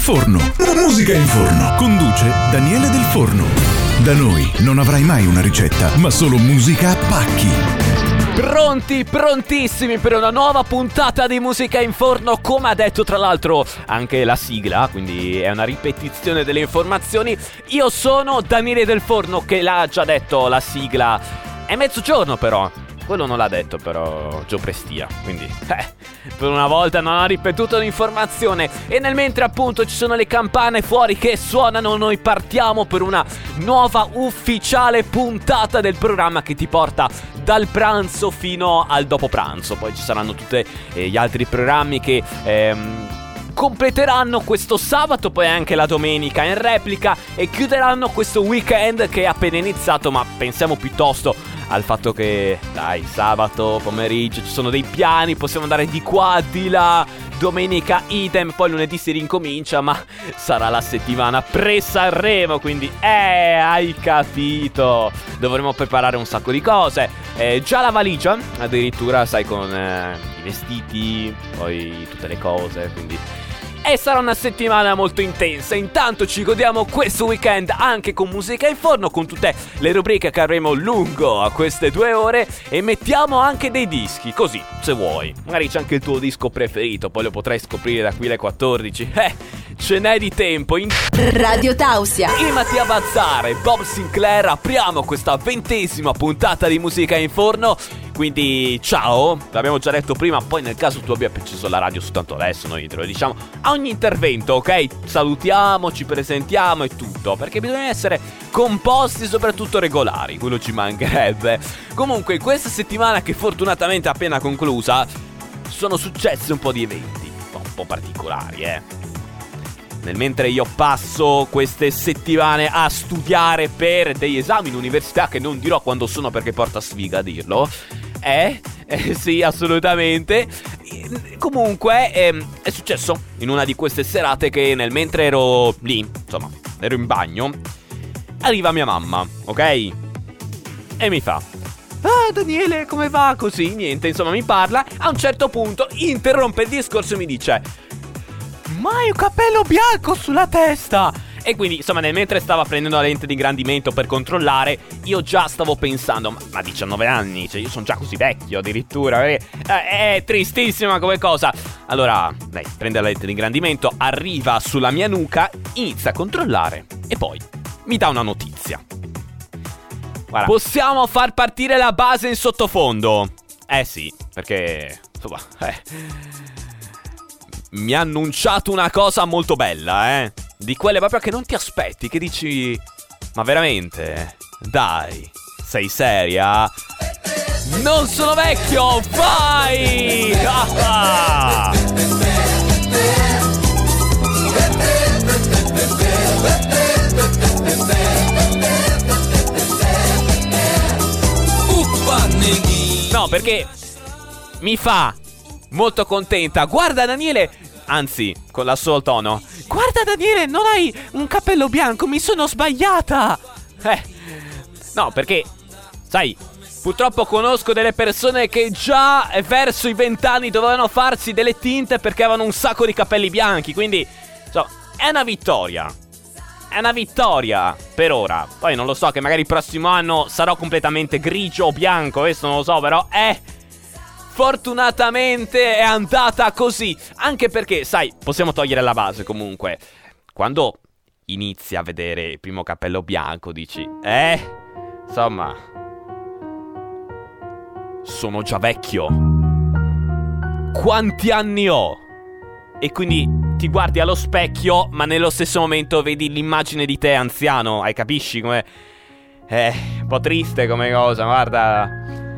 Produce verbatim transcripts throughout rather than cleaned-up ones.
Forno. Musica in Forno. Conduce Daniele Del Forno. Da noi non avrai mai una ricetta, ma solo musica a pacchi. Pronti, prontissimi per una nuova puntata di Musica in Forno. Come ha detto tra l'altro anche la sigla, quindi è una ripetizione delle informazioni. Io sono Daniele Del Forno, che l'ha già detto la sigla. È mezzogiorno però, quello non l'ha detto però Gio Prestia, quindi eh, per una volta non ha ripetuto l'informazione. E nel mentre appunto ci sono le campane fuori che suonano, noi partiamo per una nuova ufficiale puntata del programma che ti porta dal pranzo fino al dopo pranzo. Poi ci saranno tutti eh, gli altri programmi che ehm, completeranno questo sabato, poi anche la domenica in replica, e chiuderanno questo weekend che è appena iniziato. Ma pensiamo piuttosto al fatto che, dai, sabato pomeriggio ci sono dei piani, possiamo andare di qua, di là. Domenica idem, poi lunedì si rincomincia, ma sarà la settimana pre-Sanremo, quindi eh, hai capito, dovremo preparare un sacco di cose. Eh, già la valigia, addirittura, sai, con eh, i vestiti, poi tutte le cose, quindi e sarà una settimana molto intensa. Intanto ci godiamo questo weekend anche con Musica in Forno, con tutte le rubriche che avremo lungo a queste due ore, e mettiamo anche dei dischi, così, se vuoi. Magari c'è anche il tuo disco preferito, poi lo potrai scoprire da qui alle quattordici. Eh, ce n'è di tempo. In Radio Tausia e Mattia Bazzare, Bob Sinclair, apriamo questa ventesima puntata di Musica in Forno. Quindi ciao, l'abbiamo già detto prima, poi nel caso tu abbia acceso la radio soltanto adesso, noi te lo diciamo a ogni intervento, ok? Salutiamo, ci presentiamo e tutto, perché bisogna essere composti e soprattutto regolari, quello ci mancherebbe. Comunque questa settimana, che fortunatamente è appena conclusa, sono successi un po' di eventi un po' particolari, eh Nel mentre io passo queste settimane a studiare per degli esami in università, che non dirò quando sono perché porta sfiga a dirlo. Eh, eh sì, assolutamente. Comunque ehm, è successo in una di queste serate che nel mentre ero lì, insomma, ero in bagno, arriva mia mamma, ok? E mi fa: ah, Daniele, come va? Così, niente, insomma, mi parla. A un certo punto interrompe il discorso e mi dice: ma hai un cappello bianco sulla testa! E quindi, insomma, nel mentre stava prendendo la lente di ingrandimento per controllare, io già stavo pensando: ma, ma diciannove anni, cioè io sono già così vecchio addirittura, eh, è tristissima come cosa. Allora, lei prende la lente di ingrandimento, arriva sulla mia nuca, inizia a controllare e poi mi dà una notizia. Guarda, possiamo far partire la base in sottofondo. Eh sì, perché, insomma, eh mi ha annunciato una cosa molto bella, eh di quelle proprio che non ti aspetti, che dici: ma veramente? Dai, sei seria? Non sono vecchio, vai! Ah ah! No, perché mi fa molto contenta. Guarda, Daniele, anzi, con l'assolo tono: guarda, Daniele, non hai un cappello bianco, mi sono sbagliata. Eh, no, perché, sai, purtroppo conosco delle persone che già verso i vent'anni dovevano farsi delle tinte perché avevano un sacco di capelli bianchi. Quindi, so, è una vittoria. È una vittoria per ora. Poi non lo so, che magari il prossimo anno sarò completamente grigio o bianco, questo non lo so, però eh fortunatamente è andata così. Anche perché, sai, possiamo togliere la base comunque. Quando inizi a vedere il primo cappello bianco dici: Eh, insomma, sono già vecchio. Quanti anni ho? E quindi ti guardi allo specchio, ma nello stesso momento vedi l'immagine di te anziano. Hai, capisci come? Eh, un po' triste come cosa, guarda.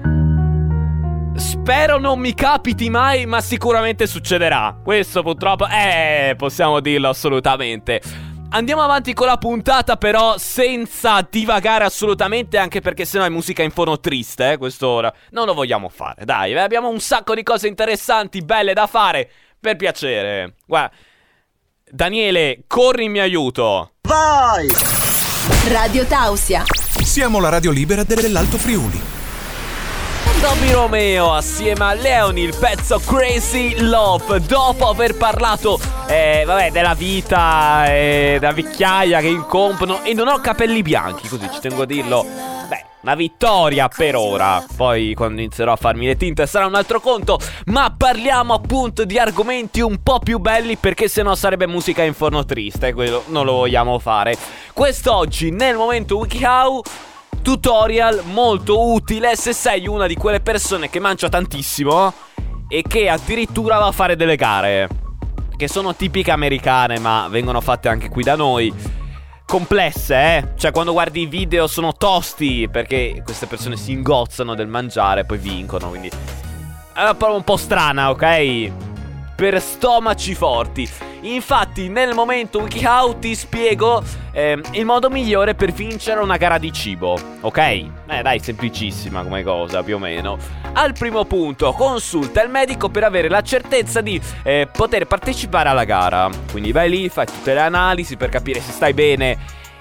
Spero non mi capiti mai, ma sicuramente succederà. Questo purtroppo, eh, possiamo dirlo assolutamente. Andiamo avanti con la puntata, però senza divagare assolutamente, anche perché sennò è musica in forno triste, eh, quest'ora. Non lo vogliamo fare, dai, abbiamo un sacco di cose interessanti, belle da fare, per piacere. Guarda, Daniele, corri in mio aiuto. Vai! Radio Tausia. Siamo la radio libera dell'Alto Friuli. Toby Romeo assieme a Leoni, il pezzo Crazy Love. Dopo aver parlato eh, vabbè, della vita e eh, della vecchiaia che incompono, e non ho capelli bianchi, così ci tengo a dirlo. Beh, una vittoria per ora. Poi quando inizierò a farmi le tinte sarà un altro conto. Ma parliamo appunto di argomenti un po' più belli, perché sennò sarebbe musica in forno triste, quello non lo vogliamo fare. Quest'oggi nel momento WikiHow, tutorial molto utile se sei una di quelle persone che mangia tantissimo e che addirittura va a fare delle gare, che sono tipiche americane ma vengono fatte anche qui da noi. Complesse, eh? Cioè quando guardi i video sono tosti, perché queste persone si ingozzano del mangiare e poi vincono, quindi è una prova un po' strana, ok? Per stomaci forti. Infatti nel momento WikiHow ti spiego eh, il modo migliore per vincere una gara di cibo, ok? Eh dai, semplicissima come cosa, più o meno. Al primo punto, consulta il medico per avere la certezza di eh, poter partecipare alla gara. Quindi vai lì, fai tutte le analisi per capire se stai bene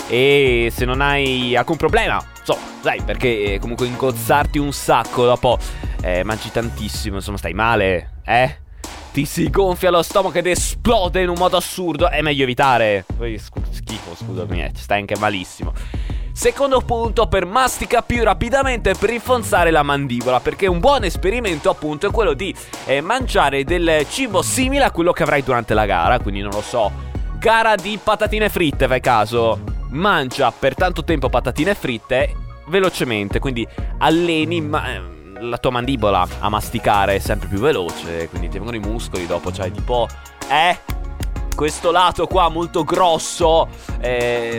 e se non hai alcun problema. So, sai, perché comunque ingozzarti un sacco dopo eh, mangi tantissimo, insomma stai male, eh? Ti si gonfia lo stomaco ed esplode in un modo assurdo. È meglio evitare. Poi schifo, scusami, eh, stai anche malissimo. Secondo punto, per mastica più rapidamente, per rinforzare la mandibola, perché un buon esperimento appunto è quello di eh, mangiare del cibo simile a quello che avrai durante la gara. Quindi non lo so, gara di patatine fritte, fai caso. Mangia per tanto tempo patatine fritte velocemente, quindi alleni ma- la tua mandibola a masticare sempre più veloce, quindi ti vengono i muscoli dopo, cioè tipo eh questo lato qua molto grosso, eh,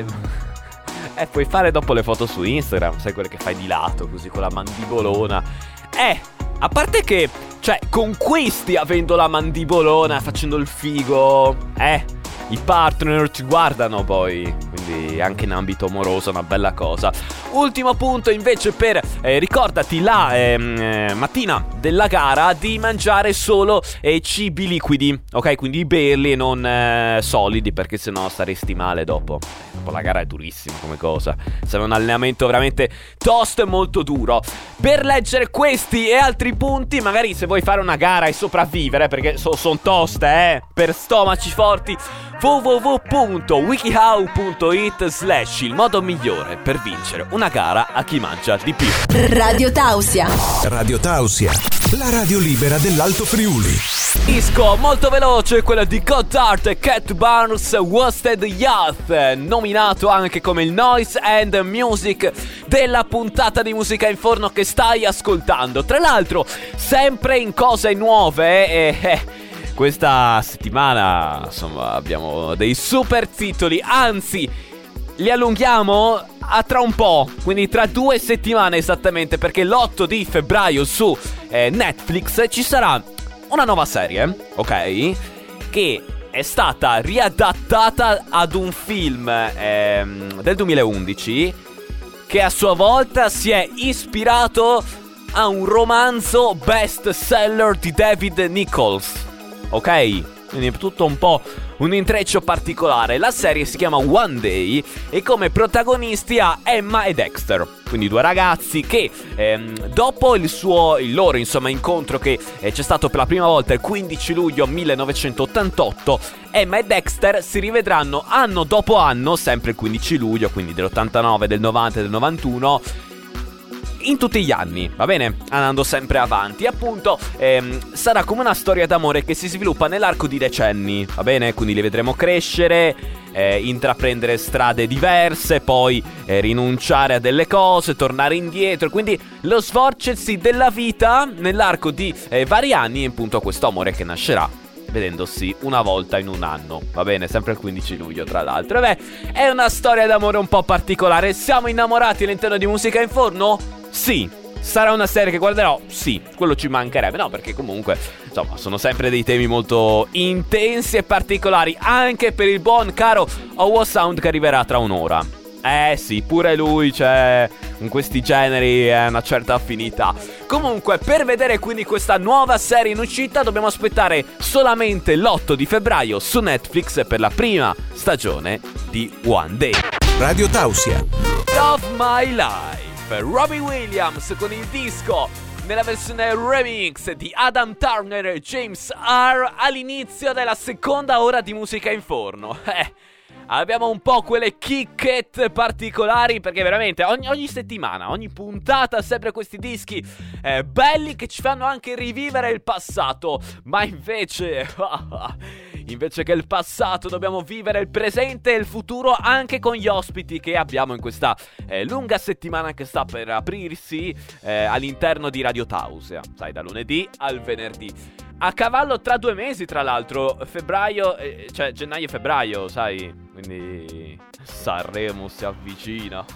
eh puoi fare dopo le foto su Instagram, sai, quelle che fai di lato così con la mandibolona. Eh a parte che, cioè, conquisti avendo la mandibolona, facendo il figo, eh i partner ti guardano poi, quindi anche in ambito amoroso è una bella cosa. Ultimo punto invece per eh, ricordati la ehm, eh, mattina della gara di mangiare solo eh, cibi liquidi, ok? Quindi berli e non eh, solidi, perché sennò staresti male dopo. Dopo la gara è durissima come cosa, serve un allenamento veramente tosto e molto duro. Per leggere questi e altri punti, magari se vuoi fare una gara e sopravvivere, perché so, sono toste, eh, per stomaci forti, w w w punto wikihow punto it slash il modo migliore per vincere una gara a chi mangia di più. Radio Tausia. Radio Tausia, la radio libera dell'Alto Friuli. Disco molto veloce, quello di Goddard e Cat Barnes, Wasted Youth, nominato anche come il Noise and Music della puntata di Musica in Forno che stai ascoltando. Tra l'altro, sempre in cose nuove, eh, eh questa settimana, insomma, abbiamo dei super titoli, anzi, li allunghiamo a tra un po', quindi tra due settimane esattamente, perché l'otto di febbraio su eh, Netflix ci sarà una nuova serie, ok? Che è stata riadattata ad un film ehm, del duemilaundici, che a sua volta si è ispirato a un romanzo best seller di David Nichols. Ok, quindi è tutto un po' un intreccio particolare. La serie si chiama One Day e come protagonisti ha Emma e Dexter, quindi due ragazzi che ehm, dopo il suo il loro insomma incontro che eh, c'è stato per la prima volta il quindici luglio millenovecentottantotto, Emma e Dexter si rivedranno anno dopo anno, sempre il quindici luglio, quindi dell'ottantanove, del novanta e del novantuno, in tutti gli anni, va bene? Andando sempre avanti. Appunto ehm, sarà come una storia d'amore che si sviluppa nell'arco di decenni, va bene? Quindi li vedremo crescere, eh, intraprendere strade diverse, poi eh, rinunciare a delle cose, tornare indietro. Quindi lo svolgersi della vita nell'arco di eh, vari anni, e appunto questo amore che nascerà vedendosi una volta in un anno, va bene? Sempre il quindici luglio, tra l'altro. E beh, è una storia d'amore un po' particolare. Siamo innamorati all'interno di Musica in Forno? Sì. Sarà una serie che guarderò? Sì, quello ci mancherebbe. No, perché comunque, insomma, sono sempre dei temi molto intensi e particolari, anche per il buon caro Owo Sound che arriverà tra un'ora. Eh sì, pure lui c'è, in questi generi è una certa affinità. Comunque, per vedere quindi questa nuova serie in uscita dobbiamo aspettare solamente l'otto di febbraio su Netflix per la prima stagione di One Day. Radio Tausia. Love My Life, Robbie Williams con il disco nella versione remix di Adam Turner e James R. all'inizio della seconda ora di Musica in Forno. Eh, abbiamo un po' quelle kicket particolari, perché veramente ogni, ogni settimana, ogni puntata, sempre questi dischi eh, belli che ci fanno anche rivivere il passato. Ma invece... Invece che il passato dobbiamo vivere il presente e il futuro anche con gli ospiti che abbiamo in questa eh, lunga settimana che sta per aprirsi eh, all'interno di Radio Tausia. Sai, da lunedì al venerdì. A cavallo tra due mesi, tra l'altro, febbraio, eh, cioè gennaio e febbraio, sai? Quindi Sanremo si avvicina.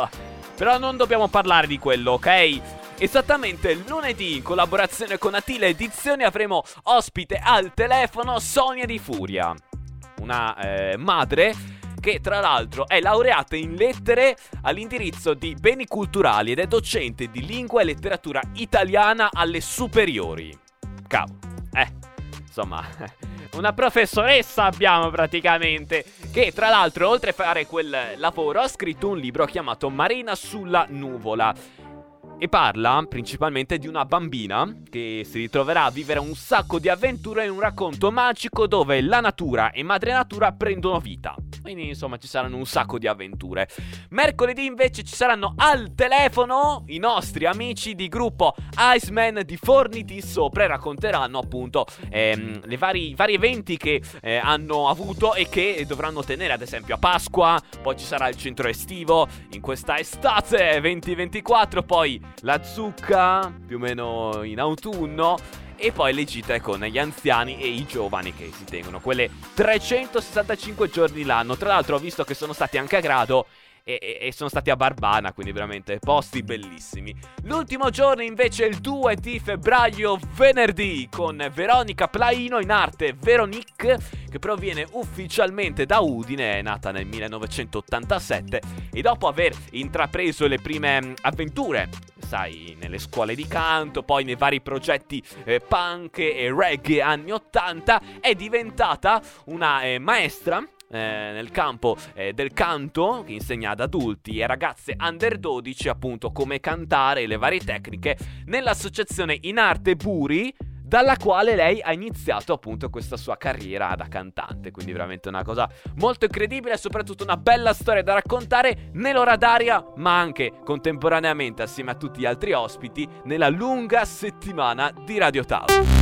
Però non dobbiamo parlare di quello, ok? Esattamente lunedì, in collaborazione con Atila Edizioni, avremo ospite al telefono Sonia Di Furia, una eh, madre che tra l'altro è laureata in lettere all'indirizzo di beni culturali ed è docente di lingua e letteratura italiana alle superiori. Cavolo, eh, insomma, una professoressa abbiamo praticamente, che tra l'altro oltre a fare quel lavoro ha scritto un libro chiamato Marina sulla nuvola. E parla principalmente di una bambina che si ritroverà a vivere un sacco di avventure in un racconto magico dove la natura e madre natura prendono vita. Quindi insomma ci saranno un sacco di avventure. Mercoledì invece ci saranno al telefono i nostri amici di gruppo Iceman di Forniti Sopra e racconteranno appunto ehm, le vari, vari eventi che eh, hanno avuto e che dovranno tenere, ad esempio a Pasqua. Poi ci sarà il centro estivo in questa estate venti ventiquattro, poi la zucca più o meno in autunno, e poi le gite con gli anziani e i giovani che si tengono quelle trecentosessantacinque giorni l'anno. Tra l'altro ho visto che sono stati anche a Grado e, e, e sono stati a Barbana, quindi veramente posti bellissimi. L'ultimo giorno invece è il due di febbraio, venerdì, con Veronica Plaino in arte Veronique, che proviene ufficialmente da Udine, è nata nel millenovecentottantasette e dopo aver intrapreso le prime avventure, sai, nelle scuole di canto, poi nei vari progetti eh, punk e reggae anni ottanta, è diventata una eh, maestra Eh, nel campo eh, del canto, che insegna ad adulti e ragazze under dodici appunto come cantare e le varie tecniche nell'associazione In Arte Buri, dalla quale lei ha iniziato appunto questa sua carriera da cantante. Quindi veramente una cosa molto incredibile e soprattutto una bella storia da raccontare nell'ora d'aria, ma anche contemporaneamente assieme a tutti gli altri ospiti nella lunga settimana di Radio Tausia.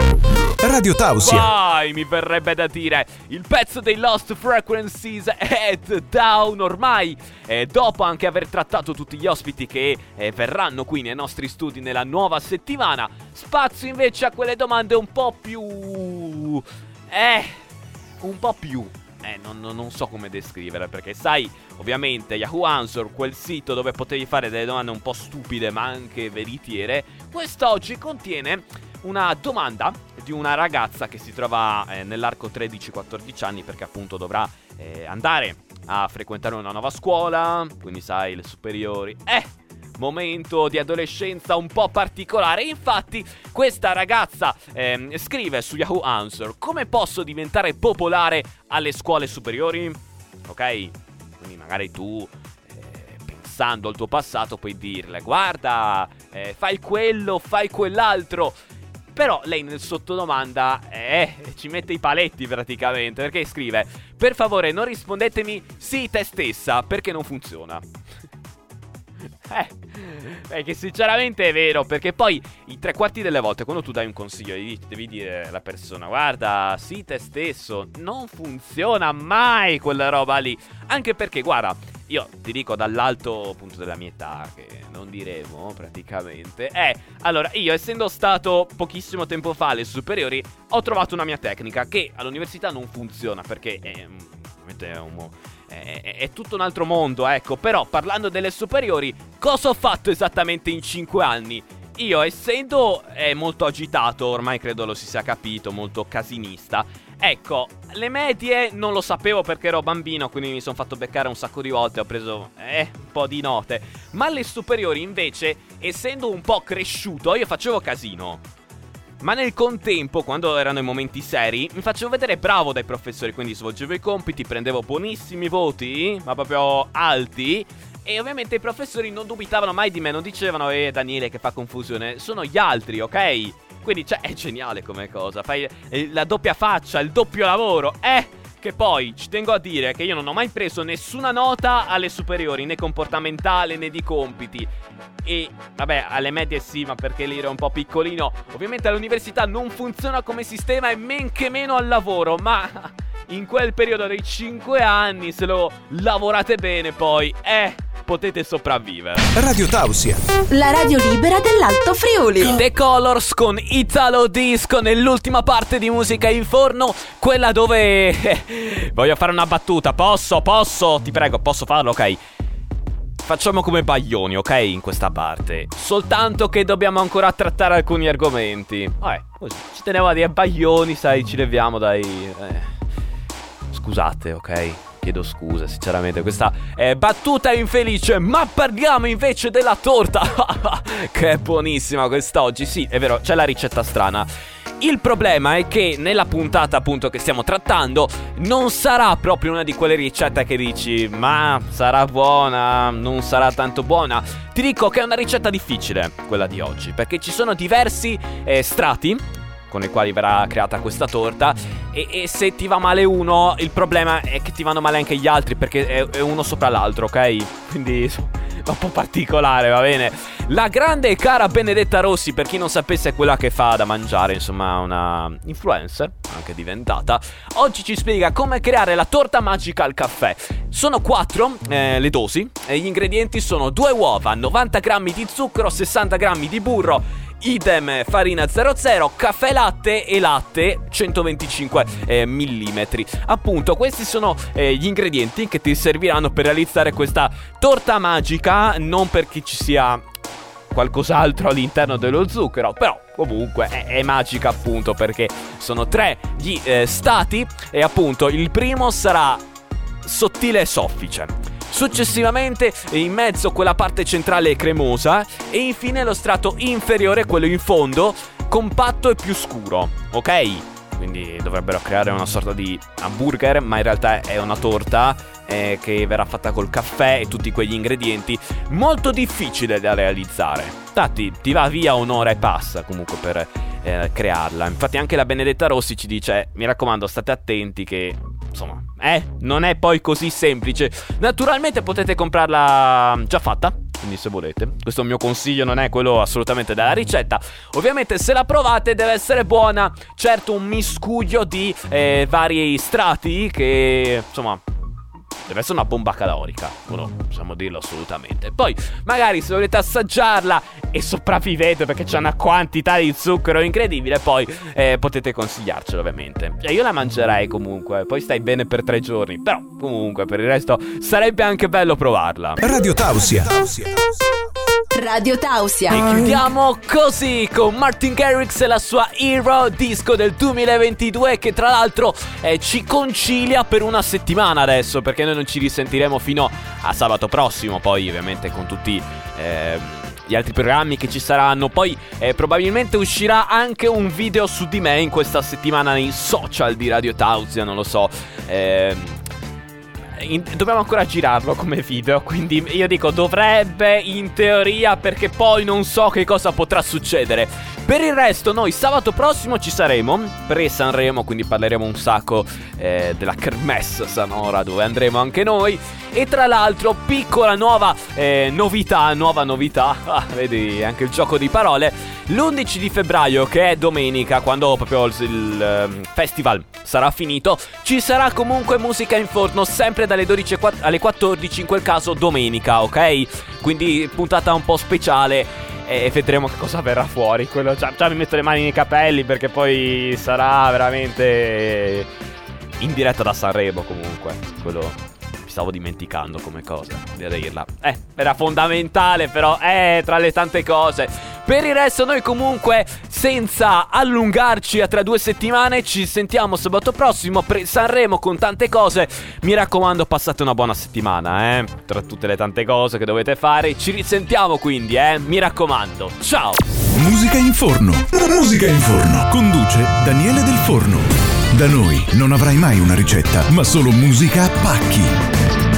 Radio Tausia. Vai, mi verrebbe da dire, il pezzo dei Lost Frequencies Head Down ormai, eh, dopo anche aver trattato tutti gli ospiti che eh, verranno qui nei nostri studi nella nuova settimana. Spazio invece a quelle domande un po' più... Eh, un po' più... Eh, non, non so come descrivere, perché sai, ovviamente Yahoo Answer, quel sito dove potevi fare delle domande un po' stupide ma anche veritiere, quest'oggi contiene una domanda di una ragazza che si trova eh, nell'arco tredici quattordici anni, perché appunto dovrà eh, andare a frequentare una nuova scuola, quindi sai, le superiori. Eh, momento di adolescenza un po' particolare. Infatti questa ragazza eh, scrive su Yahoo Answer: come posso diventare popolare alle scuole superiori? Ok, quindi magari tu eh, pensando al tuo passato puoi dirle: guarda, eh, fai quello, fai quell'altro. Però lei nel sottodomanda eh, ci mette i paletti praticamente, perché scrive: per favore non rispondetemi sì te stessa, perché non funziona. Eh, eh, che sinceramente è vero, perché poi i tre quarti delle volte quando tu dai un consiglio devi, devi dire alla persona: guarda, sì te stesso. Non funziona mai quella roba lì. Anche perché, guarda, io ti dico dall'alto punto della mia età, che non diremo praticamente, eh, allora io essendo stato pochissimo tempo fa alle superiori, ho trovato una mia tecnica che all'università non funziona, perché è, è, un, è, è tutto un altro mondo, ecco. Però parlando delle superiori, cosa ho fatto esattamente in cinque anni? Io, essendo eh, molto agitato, ormai credo lo si sia capito, molto casinista, ecco, le medie non lo sapevo perché ero bambino, quindi mi sono fatto beccare un sacco di volte, ho preso eh, un po' di note. Ma alle superiori invece, essendo un po' cresciuto, io facevo casino. Ma nel contempo, quando erano i momenti seri, mi facevo vedere bravo dai professori, quindi svolgevo i compiti, prendevo buonissimi voti, ma proprio alti. E ovviamente i professori non dubitavano mai di me, non dicevano eh Daniele che fa confusione, sono gli altri, ok? Quindi cioè è geniale come cosa, fai eh, la doppia faccia, il doppio lavoro, eh? Che poi ci tengo a dire che io non ho mai preso nessuna nota alle superiori, né comportamentale né di compiti. E vabbè, alle medie sì, ma perché lì ero un po' piccolino. Ovviamente all'università non funziona come sistema e men che meno al lavoro, ma in quel periodo dei cinque anni, se lo lavorate bene poi, eh, potete sopravvivere. Radio Tausia, la radio libera dell'Alto Friuli. The Colors con Italo Disco nell'ultima parte di Musica in Forno, quella dove eh, voglio fare una battuta. Posso? Posso? Ti prego, posso farlo? Ok. Facciamo come baglioni, ok? In questa parte. Soltanto che dobbiamo ancora trattare alcuni argomenti. Vabbè, così. Ci tenevo a dire baglioni, sai, ci leviamo dai... Eh. Scusate, ok? Chiedo scusa, sinceramente, questa è battuta infelice. Ma parliamo invece della torta che è buonissima quest'oggi. Sì, è vero, c'è la ricetta strana. Il problema è che nella puntata appunto che stiamo trattando non sarà proprio una di quelle ricette che dici ma sarà buona, non sarà tanto buona. Ti dico che è una ricetta difficile quella di oggi, perché ci sono diversi eh, strati con i quali verrà creata questa torta e, e se ti va male uno, il problema è che ti vanno male anche gli altri, perché è, è uno sopra l'altro, ok? Quindi è un po' particolare, va bene? La grande e cara Benedetta Rossi, per chi non sapesse, è quella che fa da mangiare, insomma una influencer, anche diventata, oggi ci spiega come creare la torta magica al caffè. Sono quattro eh, le dosi e gli ingredienti sono due uova, novanta grammi di zucchero, sessanta grammi di burro, idem farina zero zero, caffè latte e latte centoventicinque eh, millimetri. Appunto, questi sono eh, gli ingredienti che ti serviranno per realizzare questa torta magica, non perché ci sia qualcos'altro all'interno dello zucchero, però comunque è, è magica appunto perché sono tre gli eh, stati e appunto il primo sarà sottile e soffice. Successivamente in mezzo quella parte centrale cremosa e infine lo strato inferiore, quello in fondo, compatto e più scuro, ok? Quindi dovrebbero creare una sorta di hamburger, ma in realtà è una torta eh, che verrà fatta col caffè e tutti quegli ingredienti, molto difficile da realizzare. Infatti ti va via un'ora e passa comunque per eh, crearla. Infatti anche la Benedetta Rossi ci dice, mi raccomando, state attenti che insomma, eh, non è poi così semplice. Naturalmente potete comprarla già fatta, quindi se volete. Questo è un mio consiglio, non è quello assolutamente della ricetta. Ovviamente se la provate deve essere buona. Certo, un miscuglio di eh, vari strati che, insomma, deve essere una bomba calorica, quello possiamo dirlo assolutamente. Poi magari se volete assaggiarla e sopravvivete perché c'è una quantità di zucchero incredibile, poi eh, potete consigliarcelo ovviamente. Cioè io la mangerei comunque, poi stai bene per tre giorni, però comunque per il resto sarebbe anche bello provarla. Radio Tausia, Radio Tausia. E chiudiamo così con Martin Garrix e la sua Hero Disco del duemilaventidue, che tra l'altro eh, ci concilia per una settimana adesso, perché noi non ci risentiremo fino a sabato prossimo, poi ovviamente con tutti eh, gli altri programmi che ci saranno. Poi eh, probabilmente uscirà anche un video su di me in questa settimana nei social di Radio Tausia, non lo so. Eh, In, dobbiamo ancora girarlo come video, quindi io dico dovrebbe in teoria, perché poi non so che cosa potrà succedere. Per il resto noi sabato prossimo ci saremo pre-Sanremo, quindi parleremo un sacco eh, della kermesse sonora dove andremo anche noi. E tra l'altro piccola nuova eh, novità, nuova novità, ah, vedi anche il gioco di parole, l'undici di febbraio, che è domenica, quando proprio il, il uh, festival sarà finito, ci sarà comunque Musica in Forno, sempre dalle dodici alle quattordici, in quel caso domenica, ok? Quindi puntata un po' speciale e vedremo che cosa verrà fuori. Quello già, già mi metto le mani nei capelli, perché poi sarà veramente in diretta da Sanremo comunque. Quello mi stavo dimenticando come cosa di dirla. Eh, era fondamentale, però eh, tra le tante cose. Per il resto noi comunque, senza allungarci a tra due settimane, ci sentiamo sabato prossimo per Sanremo con tante cose. Mi raccomando, passate una buona settimana, eh, tra tutte le tante cose che dovete fare. Ci risentiamo quindi, eh, mi raccomando. Ciao. Musica in Forno. Musica in Forno. Conduce Daniele Del Forno. Da noi non avrai mai una ricetta, ma solo musica a pacchi.